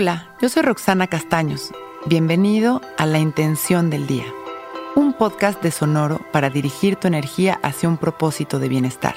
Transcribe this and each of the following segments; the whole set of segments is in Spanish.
Hola, yo soy Roxana Castaños. Bienvenido a La Intención del Día, un podcast de Sonoro para dirigir tu energía hacia un propósito de bienestar.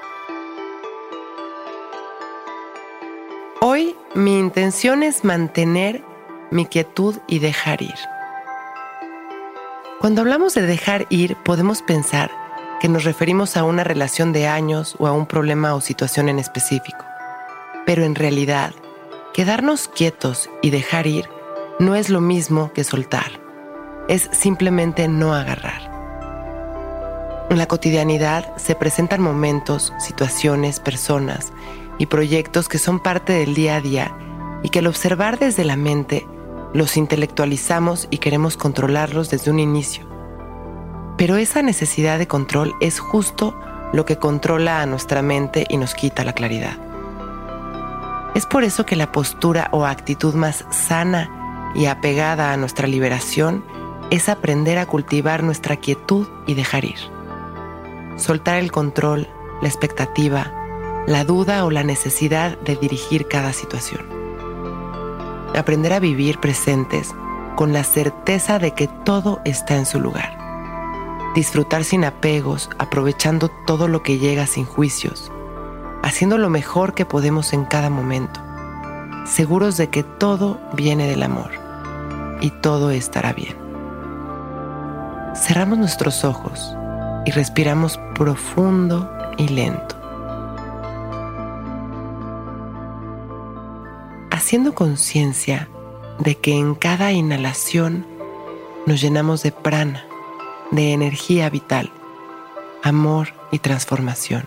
Hoy mi intención es mantener mi quietud y dejar ir. Cuando hablamos de dejar ir, podemos pensar que nos referimos a una relación de años o a un problema o situación en específico. Pero en realidad, quedarnos quietos y dejar ir no es lo mismo que soltar. Es simplemente no agarrar. En la cotidianidad se presentan momentos, situaciones, personas y proyectos que son parte del día a día y que al observar desde la mente, los intelectualizamos y queremos controlarlos desde un inicio. Pero esa necesidad de control es justo lo que controla a nuestra mente y nos quita la claridad. Es por eso que la postura o actitud más sana y apegada a nuestra liberación es aprender a cultivar nuestra quietud y dejar ir. Soltar el control, la expectativa, la duda o la necesidad de dirigir cada situación. Aprender a vivir presentes con la certeza de que todo está en su lugar. Disfrutar sin apegos, aprovechando todo lo que llega sin juicios, haciendo lo mejor que podemos en cada momento, seguros de que todo viene del amor y todo estará bien. Cerramos nuestros ojos y respiramos profundo y lento, haciendo conciencia de que en cada inhalación nos llenamos de prana, de energía vital, amor y transformación.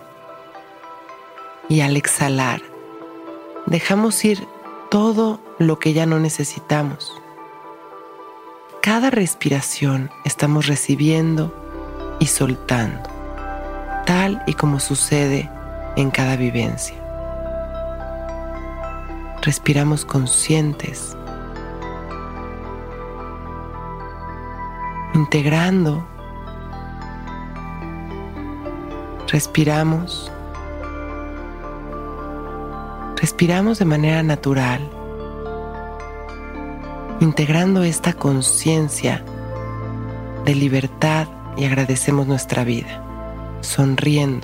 Y al exhalar, dejamos ir todo lo que ya no necesitamos. Cada respiración estamos recibiendo y soltando, tal y como sucede en cada vivencia. Respiramos conscientes, integrando. Respiramos de manera natural, integrando esta conciencia de libertad y agradecemos nuestra vida, sonriendo,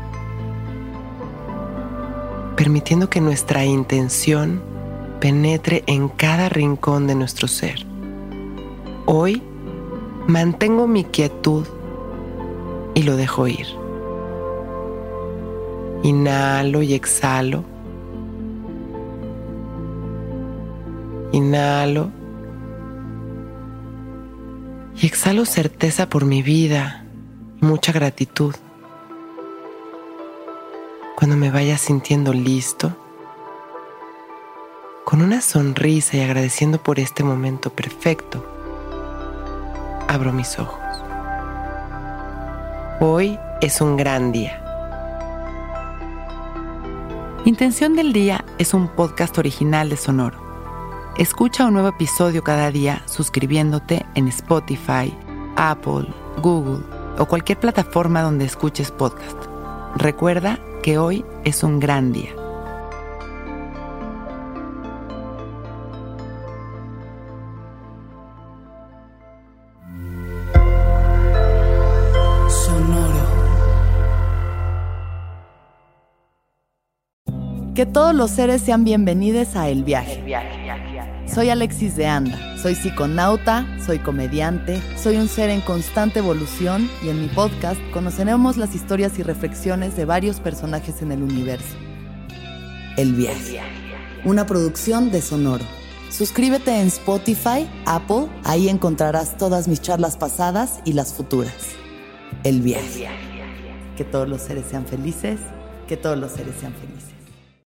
permitiendo que nuestra intención penetre en cada rincón de nuestro ser. Hoy mantengo mi quietud y lo dejo ir. Inhalo y exhalo. Inhalo y exhalo certeza por mi vida y mucha gratitud. Cuando me vaya sintiendo listo, con una sonrisa y agradeciendo por este momento perfecto, abro mis ojos. Hoy es un gran día. Intención del Día es un podcast original de Sonoro. Escucha un nuevo episodio cada día suscribiéndote en Spotify, Apple, Google o cualquier plataforma donde escuches podcast. Recuerda que hoy es un gran día. Que todos los seres sean bienvenidos a El Viaje. Soy Alexis de Anda, soy psiconauta, soy comediante, soy un ser en constante evolución y en mi podcast conoceremos las historias y reflexiones de varios personajes en el universo. El Viaje, una producción de Sonoro. Suscríbete en Spotify, Apple, ahí encontrarás todas mis charlas pasadas y las futuras. El Viaje. Que todos los seres sean felices, que todos los seres sean felices.